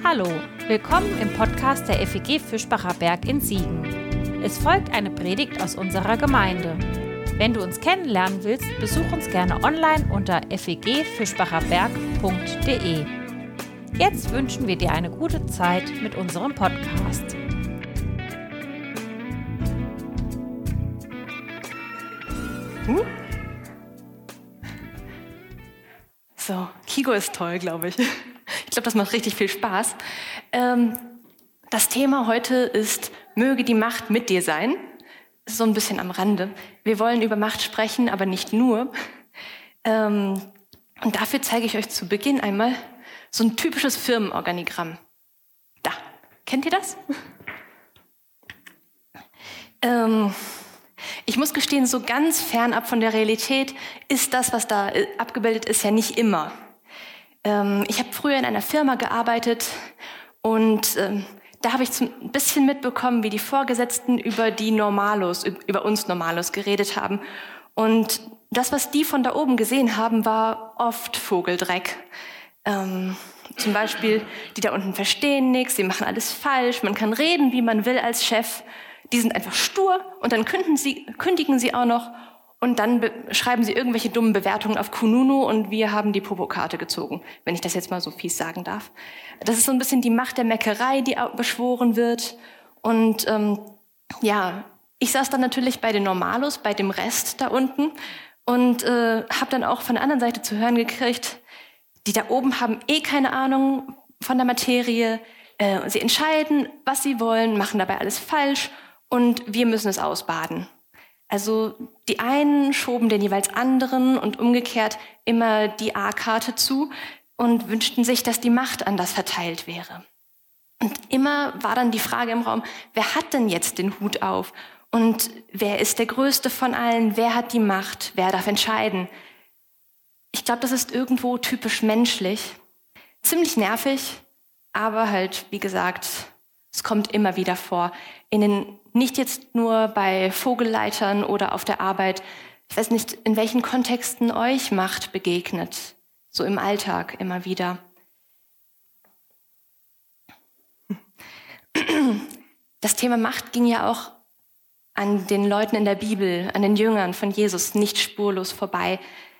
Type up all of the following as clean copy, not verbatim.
Hallo, willkommen im Podcast der FEG Fischbacher Berg in Siegen. Es folgt eine Predigt aus unserer Gemeinde. Wenn du uns kennenlernen willst, besuch uns gerne online unter fegfischbacherberg.de. Jetzt wünschen wir dir eine gute Zeit mit unserem Podcast. So, Kigo ist toll, glaube ich. Ich glaube, das macht richtig viel Spaß. Das Thema heute ist, möge die Macht mit dir sein. Das ist so ein bisschen am Rande. Wir wollen über Macht sprechen, aber nicht nur. Und dafür zeige ich euch zu Beginn einmal so ein typisches Firmenorganigramm. Da, kennt ihr das? Ich muss gestehen, so ganz fernab von der Realität ist das, was da abgebildet ist, ja nicht immer. Ich habe früher in einer Firma gearbeitet und da habe ich ein bisschen mitbekommen, wie die Vorgesetzten über uns Normalos geredet haben. Und das, was die von da oben gesehen haben, war oft Vogeldreck. Zum Beispiel, die da unten verstehen nichts, die machen alles falsch, man kann reden, wie man will als Chef. Die sind einfach stur und dann kündigen sie auch noch und dann schreiben sie irgendwelche dummen Bewertungen auf Kununu und wir haben die Popokarte gezogen, wenn ich das jetzt mal so fies sagen darf. Das ist so ein bisschen die Macht der Meckerei, die beschworen wird. Und ich saß dann natürlich bei den Normalos, bei dem Rest da unten und habe dann auch von der anderen Seite zu hören gekriegt, die da oben haben keine Ahnung von der Materie. Sie entscheiden, was sie wollen, machen dabei alles falsch. Und wir müssen es ausbaden. Also die einen schoben den jeweils anderen und umgekehrt immer die A-Karte zu und wünschten sich, dass die Macht anders verteilt wäre. Und immer war dann die Frage im Raum, wer hat denn jetzt den Hut auf? Und wer ist der Größte von allen? Wer hat die Macht? Wer darf entscheiden? Ich glaube, das ist irgendwo typisch menschlich. Ziemlich nervig, aber halt, wie gesagt, es kommt immer wieder vor. Nicht jetzt nur bei Vogelleitern oder auf der Arbeit. Ich weiß nicht, in welchen Kontexten euch Macht begegnet. So im Alltag immer wieder. Das Thema Macht ging ja auch an den Leuten in der Bibel, an den Jüngern von Jesus nicht spurlos vorbei.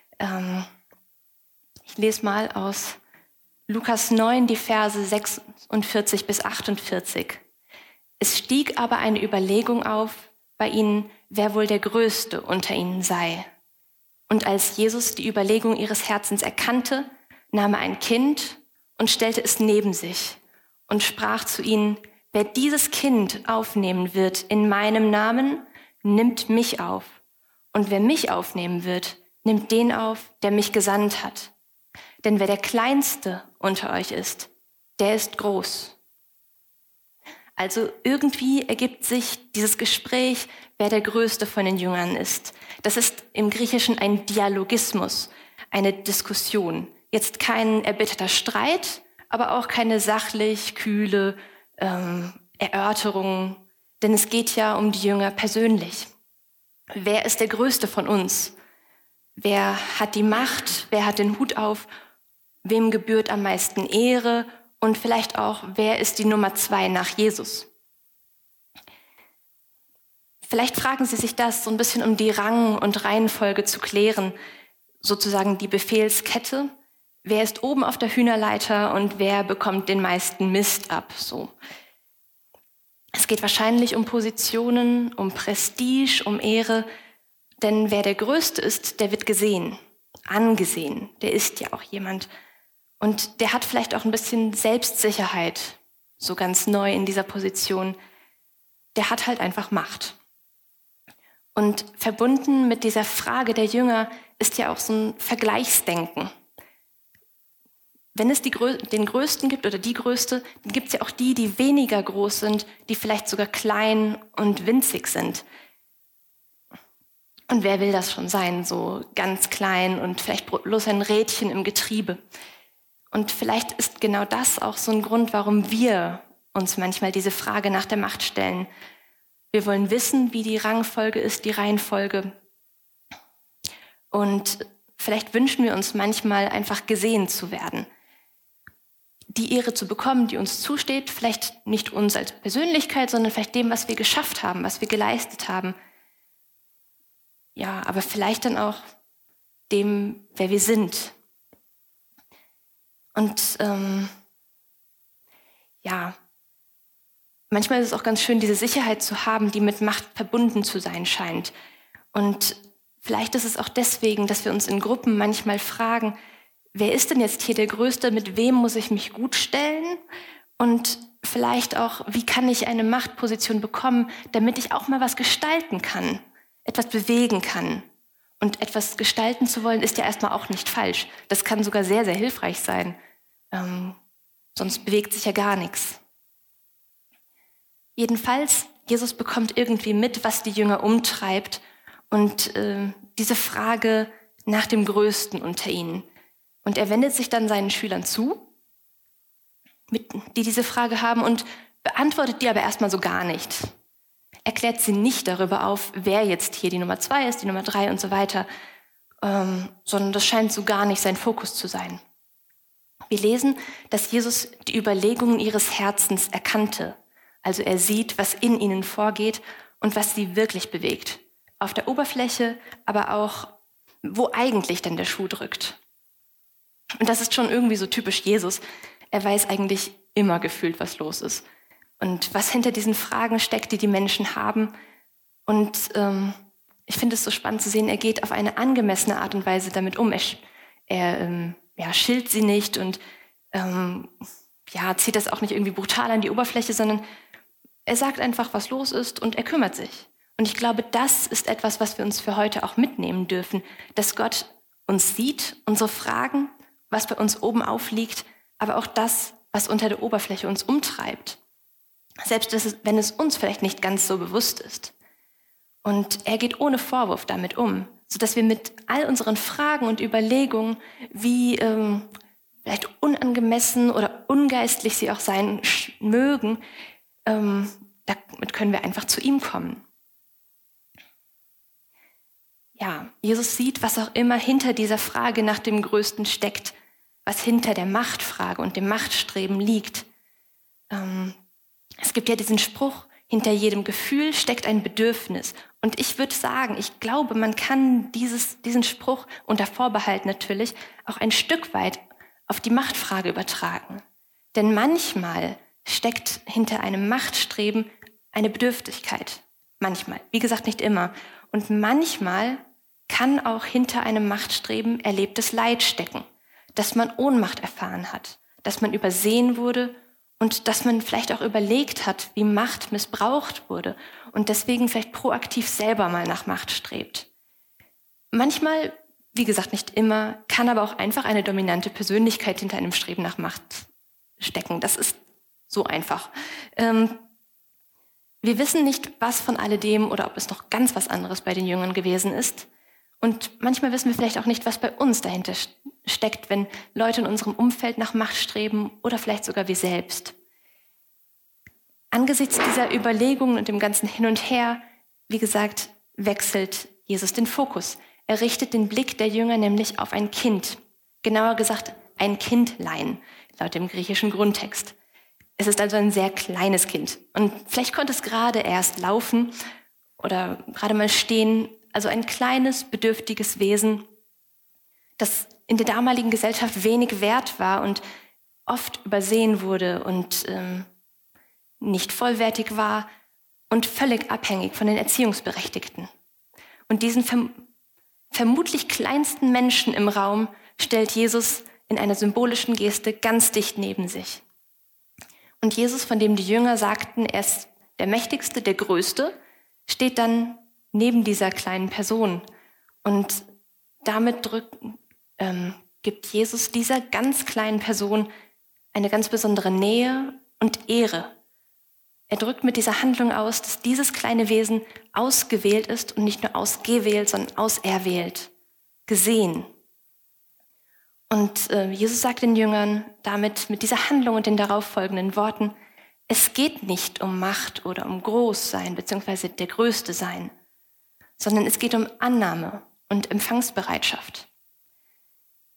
Ich lese mal aus Lukas 9, die Verse 46 bis 48. Es stieg aber eine Überlegung auf bei ihnen, wer wohl der Größte unter ihnen sei. Und als Jesus die Überlegung ihres Herzens erkannte, nahm er ein Kind und stellte es neben sich und sprach zu ihnen, wer dieses Kind aufnehmen wird in meinem Namen, nimmt mich auf. Und wer mich aufnehmen wird, nimmt den auf, der mich gesandt hat. Denn wer der Kleinste unter euch ist, der ist groß. Also irgendwie ergibt sich dieses Gespräch, wer der Größte von den Jüngern ist. Das ist im Griechischen ein Dialogismus, eine Diskussion. Jetzt kein erbitterter Streit, aber auch keine sachlich kühle Erörterung, denn es geht ja um die Jünger persönlich. Wer ist der Größte von uns? Wer hat die Macht? Wer hat den Hut auf? Wem gebührt am meisten Ehre? Und vielleicht auch, wer ist die Nummer 2 nach Jesus? Vielleicht fragen Sie sich das so ein bisschen, um die Rang- und Reihenfolge zu klären, sozusagen die Befehlskette. Wer ist oben auf der Hühnerleiter und wer bekommt den meisten Mist ab? So. Es geht wahrscheinlich um Positionen, um Prestige, um Ehre, denn wer der Größte ist, der wird gesehen, angesehen, der ist ja auch jemand. Und der hat vielleicht auch ein bisschen Selbstsicherheit, so ganz neu in dieser Position. Der hat halt einfach Macht. Und verbunden mit dieser Frage der Jünger ist ja auch so ein Vergleichsdenken. Wenn es den Größten gibt oder die Größte, dann gibt es ja auch die weniger groß sind, die vielleicht sogar klein und winzig sind. Und wer will das schon sein, so ganz klein und vielleicht bloß ein Rädchen im Getriebe? Und vielleicht ist genau das auch so ein Grund, warum wir uns manchmal diese Frage nach der Macht stellen. Wir wollen wissen, wie die Rangfolge ist, die Reihenfolge. Und vielleicht wünschen wir uns manchmal einfach gesehen zu werden. die Ehre zu bekommen, die uns zusteht, vielleicht nicht uns als Persönlichkeit, sondern vielleicht dem, was wir geschafft haben, was wir geleistet haben. Ja, aber vielleicht dann auch dem, wer wir sind. Und manchmal ist es auch ganz schön, diese Sicherheit zu haben, die mit Macht verbunden zu sein scheint. Und vielleicht ist es auch deswegen, dass wir uns in Gruppen manchmal fragen, wer ist denn jetzt hier der Größte, mit wem muss ich mich gut stellen? Und vielleicht auch, wie kann ich eine Machtposition bekommen, damit ich auch mal was gestalten kann, etwas bewegen kann. Und etwas gestalten zu wollen, ist ja erstmal auch nicht falsch. Das kann sogar sehr, sehr hilfreich sein. Sonst bewegt sich ja gar nichts. Jedenfalls, Jesus bekommt irgendwie mit, was die Jünger umtreibt. Und diese Frage nach dem Größten unter ihnen. Und er wendet sich dann seinen Schülern zu, die diese Frage haben, und beantwortet die aber erstmal so gar nicht. Er klärt sie nicht darüber auf, wer jetzt hier die Nummer 2 ist, die Nummer 3 und so weiter, sondern das scheint so gar nicht sein Fokus zu sein. Wir lesen, dass Jesus die Überlegungen ihres Herzens erkannte. Also er sieht, was in ihnen vorgeht und was sie wirklich bewegt. Auf der Oberfläche, aber auch, wo eigentlich denn der Schuh drückt. Und das ist schon irgendwie so typisch Jesus. Er weiß eigentlich immer gefühlt, was los ist. Und was hinter diesen Fragen steckt, die die Menschen haben. Und ich finde es so spannend zu sehen, er geht auf eine angemessene Art und Weise damit um. Er schilt sie nicht und zieht das auch nicht irgendwie brutal an die Oberfläche, sondern er sagt einfach, was los ist, und er kümmert sich. Und ich glaube, das ist etwas, was wir uns für heute auch mitnehmen dürfen, dass Gott uns sieht, unsere Fragen, was bei uns oben aufliegt, aber auch das, was unter der Oberfläche uns umtreibt. Selbst wenn es uns vielleicht nicht ganz so bewusst ist. Und er geht ohne Vorwurf damit um, sodass wir mit all unseren Fragen und Überlegungen, wie vielleicht unangemessen oder ungeistlich sie auch sein mögen, damit können wir einfach zu ihm kommen. Ja, Jesus sieht, was auch immer hinter dieser Frage nach dem Größten steckt, was hinter der Machtfrage und dem Machtstreben liegt. Es gibt ja diesen Spruch, hinter jedem Gefühl steckt ein Bedürfnis. Und ich würde sagen, ich glaube, man kann diesen Spruch, unter Vorbehalt natürlich, auch ein Stück weit auf die Machtfrage übertragen. Denn manchmal steckt hinter einem Machtstreben eine Bedürftigkeit. Manchmal, wie gesagt, nicht immer. Und manchmal kann auch hinter einem Machtstreben erlebtes Leid stecken, dass man Ohnmacht erfahren hat, dass man übersehen wurde und dass man vielleicht auch überlegt hat, wie Macht missbraucht wurde und deswegen vielleicht proaktiv selber mal nach Macht strebt. Manchmal, wie gesagt, nicht immer, kann aber auch einfach eine dominante Persönlichkeit hinter einem Streben nach Macht stecken. Das ist so einfach. Wir wissen nicht, was von alledem oder ob es noch ganz was anderes bei den Jüngern gewesen ist. Und manchmal wissen wir vielleicht auch nicht, was bei uns dahinter steckt, wenn Leute in unserem Umfeld nach Macht streben oder vielleicht sogar wir selbst. Angesichts dieser Überlegungen und dem ganzen Hin und Her, wie gesagt, wechselt Jesus den Fokus. Er richtet den Blick der Jünger nämlich auf ein Kind. Genauer gesagt, ein Kindlein, laut dem griechischen Grundtext. Es ist also ein sehr kleines Kind. Und vielleicht konnte es gerade erst laufen oder gerade mal stehen. Also ein kleines, bedürftiges Wesen, das in der damaligen Gesellschaft wenig wert war und oft übersehen wurde und nicht vollwertig war und völlig abhängig von den Erziehungsberechtigten. Und diesen vermutlich kleinsten Menschen im Raum stellt Jesus in einer symbolischen Geste ganz dicht neben sich. Und Jesus, von dem die Jünger sagten, er ist der Mächtigste, der Größte, steht dann neben dieser kleinen Person. Und damit gibt Jesus dieser ganz kleinen Person eine ganz besondere Nähe und Ehre. Er drückt mit dieser Handlung aus, dass dieses kleine Wesen ausgewählt ist und nicht nur ausgewählt, sondern auserwählt, gesehen. Und Jesus sagt den Jüngern damit, mit dieser Handlung und den darauffolgenden Worten, es geht nicht um Macht oder um Großsein bzw. der Größte sein, sondern es geht um Annahme und Empfangsbereitschaft.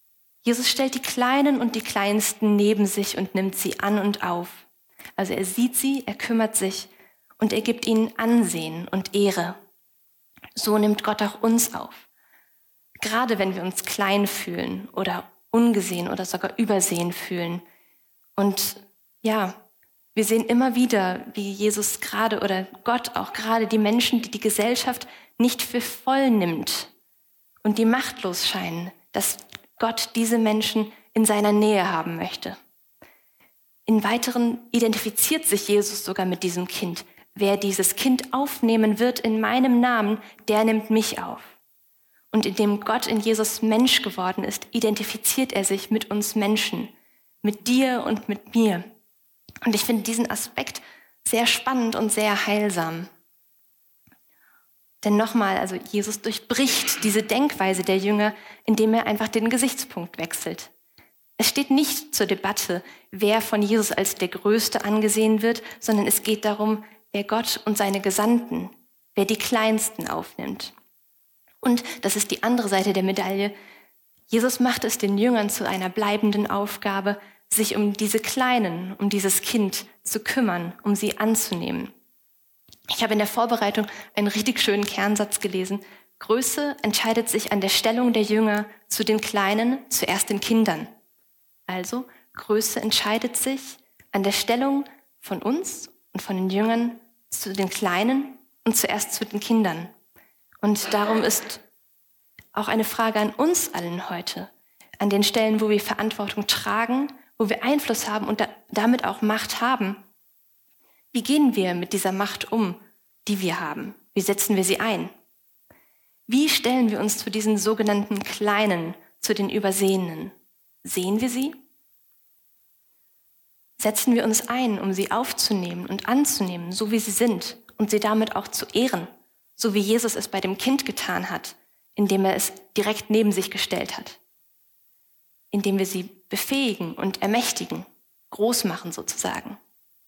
Jesus stellt die Kleinen und die Kleinsten neben sich und nimmt sie an und auf. Also er sieht sie, er kümmert sich und er gibt ihnen Ansehen und Ehre. So nimmt Gott auch uns auf. Gerade wenn wir uns klein fühlen oder ungesehen oder sogar übersehen fühlen. Und ja, wir sehen immer wieder, wie Jesus gerade oder Gott auch gerade die Menschen, die die Gesellschaft nicht für voll nimmt und die machtlos scheinen, dass Gott diese Menschen in seiner Nähe haben möchte. In weiteren identifiziert sich Jesus sogar mit diesem Kind. Wer dieses Kind aufnehmen wird in meinem Namen, der nimmt mich auf. Und indem Gott in Jesus Mensch geworden ist, identifiziert er sich mit uns Menschen, mit dir und mit mir. Und ich finde diesen Aspekt sehr spannend und sehr heilsam. Denn nochmal, also Jesus durchbricht diese Denkweise der Jünger, indem er einfach den Gesichtspunkt wechselt. Es steht nicht zur Debatte, wer von Jesus als der Größte angesehen wird, sondern es geht darum, wer Gott und seine Gesandten, wer die Kleinsten aufnimmt. Und das ist die andere Seite der Medaille. Jesus macht es den Jüngern zu einer bleibenden Aufgabe, sich um diese Kleinen, um dieses Kind zu kümmern, um sie anzunehmen. Ich habe in der Vorbereitung einen richtig schönen Kernsatz gelesen. Größe entscheidet sich an der Stellung der Jünger zu den Kleinen, zuerst den Kindern. Also Größe entscheidet sich an der Stellung von uns und von den Jüngern zu den Kleinen und zuerst zu den Kindern. Und darum ist auch eine Frage an uns allen heute, an den Stellen, wo wir Verantwortung tragen, wo wir Einfluss haben und damit auch Macht haben. Wie gehen wir mit dieser Macht um, die wir haben? Wie setzen wir sie ein? Wie stellen wir uns zu diesen sogenannten Kleinen, zu den Übersehenen? Sehen wir sie? Setzen wir uns ein, um sie aufzunehmen und anzunehmen, so wie sie sind, und sie damit auch zu ehren, so wie Jesus es bei dem Kind getan hat, indem er es direkt neben sich gestellt hat, indem wir sie befähigen und ermächtigen, groß machen sozusagen.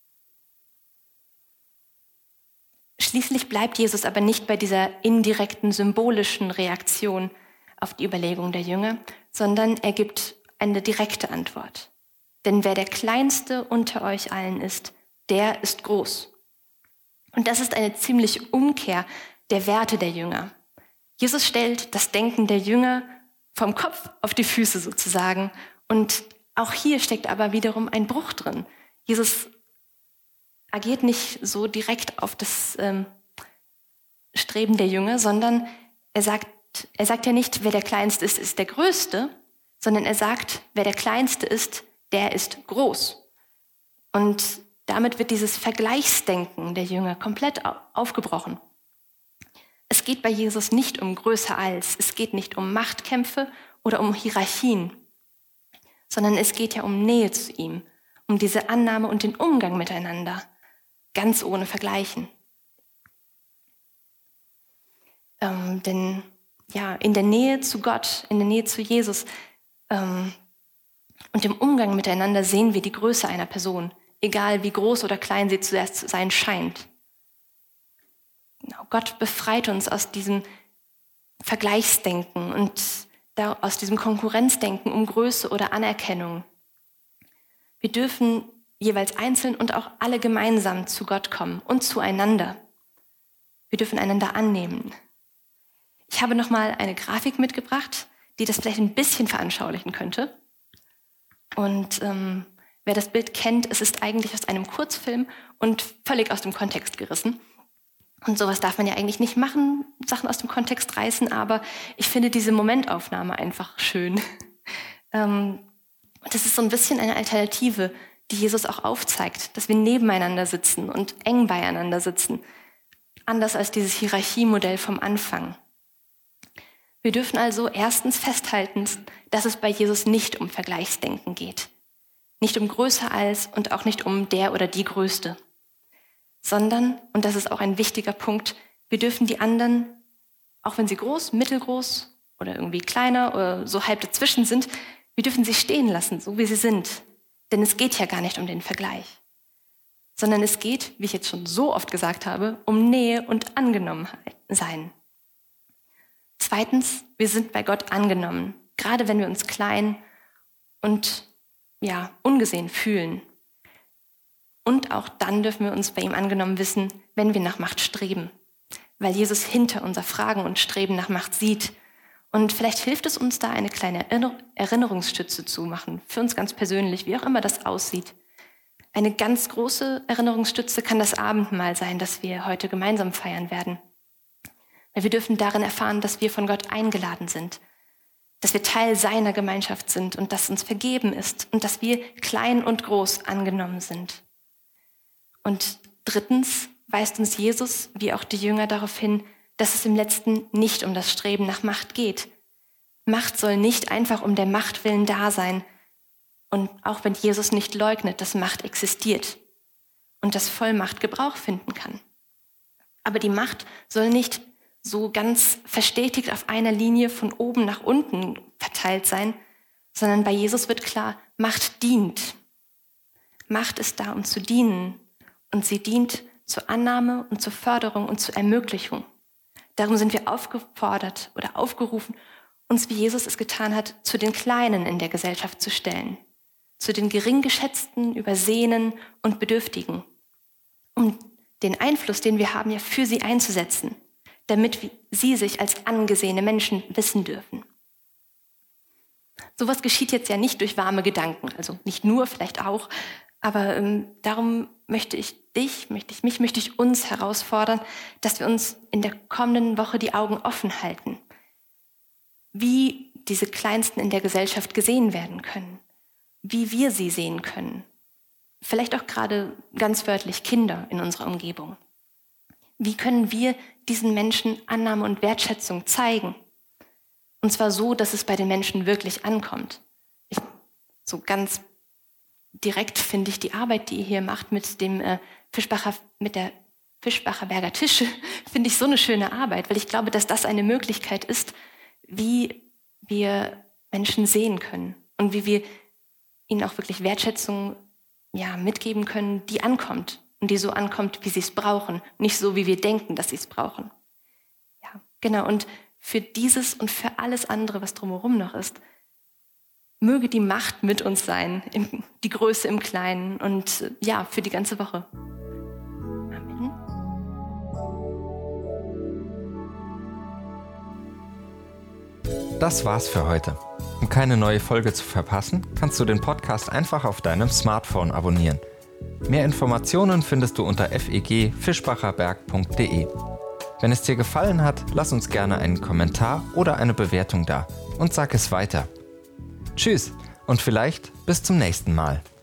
Schließlich bleibt Jesus aber nicht bei dieser indirekten, symbolischen Reaktion auf die Überlegung der Jünger, sondern er gibt eine direkte Antwort. Denn wer der Kleinste unter euch allen ist, der ist groß. Und das ist eine ziemliche Umkehr der Werte der Jünger. Jesus stellt das Denken der Jünger vom Kopf auf die Füße sozusagen. Und auch hier steckt aber wiederum ein Bruch drin. Jesus agiert nicht so direkt auf das Streben der Jünger, sondern er sagt ja nicht, wer der Kleinste ist, ist der Größte, sondern er sagt, wer der Kleinste ist, der ist groß. Und damit wird dieses Vergleichsdenken der Jünger komplett aufgebrochen. Es geht bei Jesus nicht um größer als, es geht nicht um Machtkämpfe oder um Hierarchien, sondern es geht ja um Nähe zu ihm, um diese Annahme und den Umgang miteinander, ganz ohne Vergleichen. Denn ja, in der Nähe zu Gott, in der Nähe zu Jesus und im Umgang miteinander sehen wir die Größe einer Person, egal wie groß oder klein sie zuerst zu sein scheint. Genau, Gott befreit uns aus diesem Vergleichsdenken und aus diesem Konkurrenzdenken um Größe oder Anerkennung. Wir dürfen jeweils einzeln und auch alle gemeinsam zu Gott kommen und zueinander. Wir dürfen einander annehmen. Ich habe nochmal eine Grafik mitgebracht, die das vielleicht ein bisschen veranschaulichen könnte. Und wer das Bild kennt, es ist eigentlich aus einem Kurzfilm und völlig aus dem Kontext gerissen. Und sowas darf man ja eigentlich nicht machen, Sachen aus dem Kontext reißen, aber ich finde diese Momentaufnahme einfach schön. Das ist so ein bisschen eine Alternative, die Jesus auch aufzeigt, dass wir nebeneinander sitzen und eng beieinander sitzen. Anders als dieses Hierarchiemodell vom Anfang. Wir dürfen also erstens festhalten, dass es bei Jesus nicht um Vergleichsdenken geht. Nicht um größer als und auch nicht um der oder die Größte. Sondern, und das ist auch ein wichtiger Punkt, wir dürfen die anderen, auch wenn sie groß, mittelgroß oder irgendwie kleiner oder so halb dazwischen sind, wir dürfen sie stehen lassen, so wie sie sind. Denn es geht ja gar nicht um den Vergleich. Sondern es geht, wie ich jetzt schon so oft gesagt habe, um Nähe und Angenommenheit sein. Zweitens, wir sind bei Gott angenommen, gerade wenn wir uns klein und ungesehen fühlen. Und auch dann dürfen wir uns bei ihm angenommen wissen, wenn wir nach Macht streben, weil Jesus hinter unser Fragen und Streben nach Macht sieht. Und vielleicht hilft es uns da, eine kleine Erinnerungsstütze zu machen, für uns ganz persönlich, wie auch immer das aussieht. Eine ganz große Erinnerungsstütze kann das Abendmahl sein, das wir heute gemeinsam feiern werden. Weil wir dürfen darin erfahren, dass wir von Gott eingeladen sind, dass wir Teil seiner Gemeinschaft sind und dass uns vergeben ist und dass wir klein und groß angenommen sind. Und drittens weist uns Jesus, wie auch die Jünger, darauf hin, dass es im Letzten nicht um das Streben nach Macht geht. Macht soll nicht einfach um der Macht willen da sein. Und auch wenn Jesus nicht leugnet, dass Macht existiert und dass Vollmacht Gebrauch finden kann. Aber die Macht soll nicht so ganz verstetigt auf einer Linie von oben nach unten verteilt sein, sondern bei Jesus wird klar, Macht dient. Macht ist da, um zu dienen. Und sie dient zur Annahme und zur Förderung und zur Ermöglichung. Darum sind wir aufgefordert oder aufgerufen, uns, wie Jesus es getan hat, zu den Kleinen in der Gesellschaft zu stellen, zu den Geringgeschätzten, Übersehenen und Bedürftigen, um den Einfluss, den wir haben, ja für sie einzusetzen, damit sie sich als angesehene Menschen wissen dürfen. Sowas geschieht jetzt ja nicht durch warme Gedanken, also nicht nur, vielleicht auch, aber darum möchte ich uns herausfordern, dass wir uns in der kommenden Woche die Augen offen halten, wie diese Kleinsten in der Gesellschaft gesehen werden können, wie wir sie sehen können. Vielleicht auch gerade ganz wörtlich Kinder in unserer Umgebung. Wie können wir diesen Menschen Annahme und Wertschätzung zeigen? Und zwar so, dass es bei den Menschen wirklich ankommt. So ganz direkt finde ich die Arbeit, die ihr hier macht mit der Fischbacher Berger Tische, finde ich so eine schöne Arbeit, weil ich glaube, dass das eine Möglichkeit ist, wie wir Menschen sehen können und wie wir ihnen auch wirklich Wertschätzung mitgeben können, die ankommt und die so ankommt, wie sie es brauchen, nicht so, wie wir denken, dass sie es brauchen. Ja, genau. Und für dieses und für alles andere, was drumherum noch ist, möge die Macht mit uns sein, die Größe im Kleinen und für die ganze Woche. Amen. Das war's für heute. Um keine neue Folge zu verpassen, kannst du den Podcast einfach auf deinem Smartphone abonnieren. Mehr Informationen findest du unter feg-fischbacherberg.de. Wenn es dir gefallen hat, lass uns gerne einen Kommentar oder eine Bewertung da und sag es weiter. Tschüss und vielleicht bis zum nächsten Mal.